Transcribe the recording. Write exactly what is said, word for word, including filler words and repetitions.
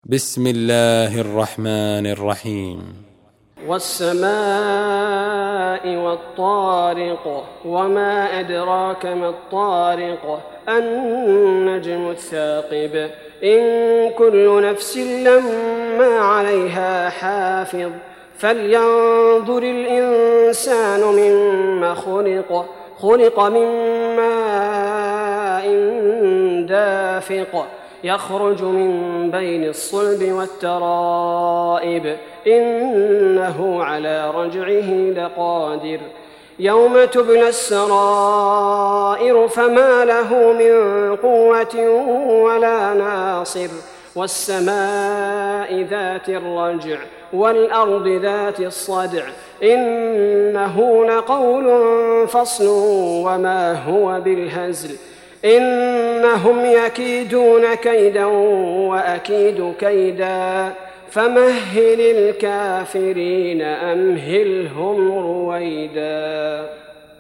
بسم الله الرحمن الرحيم. والسماء والطارق وما أدراك ما الطارق النجم الثاقب إن كل نفس لما عليها حافظ فلينظر الإنسان مما خلق خلق من ماء دافق يخرج من بين الصلب والترائب إنه على رجعه لقادر يوم تبلى السرائر فما له من قوة ولا ناصر والسماء ذات الرجع والأرض ذات الصدع إنه لقول فصل وما هو بالهزل إنهم يكيدون كيدا وأكيد كيدا فمهل الكافرين أمهلهم رويدا.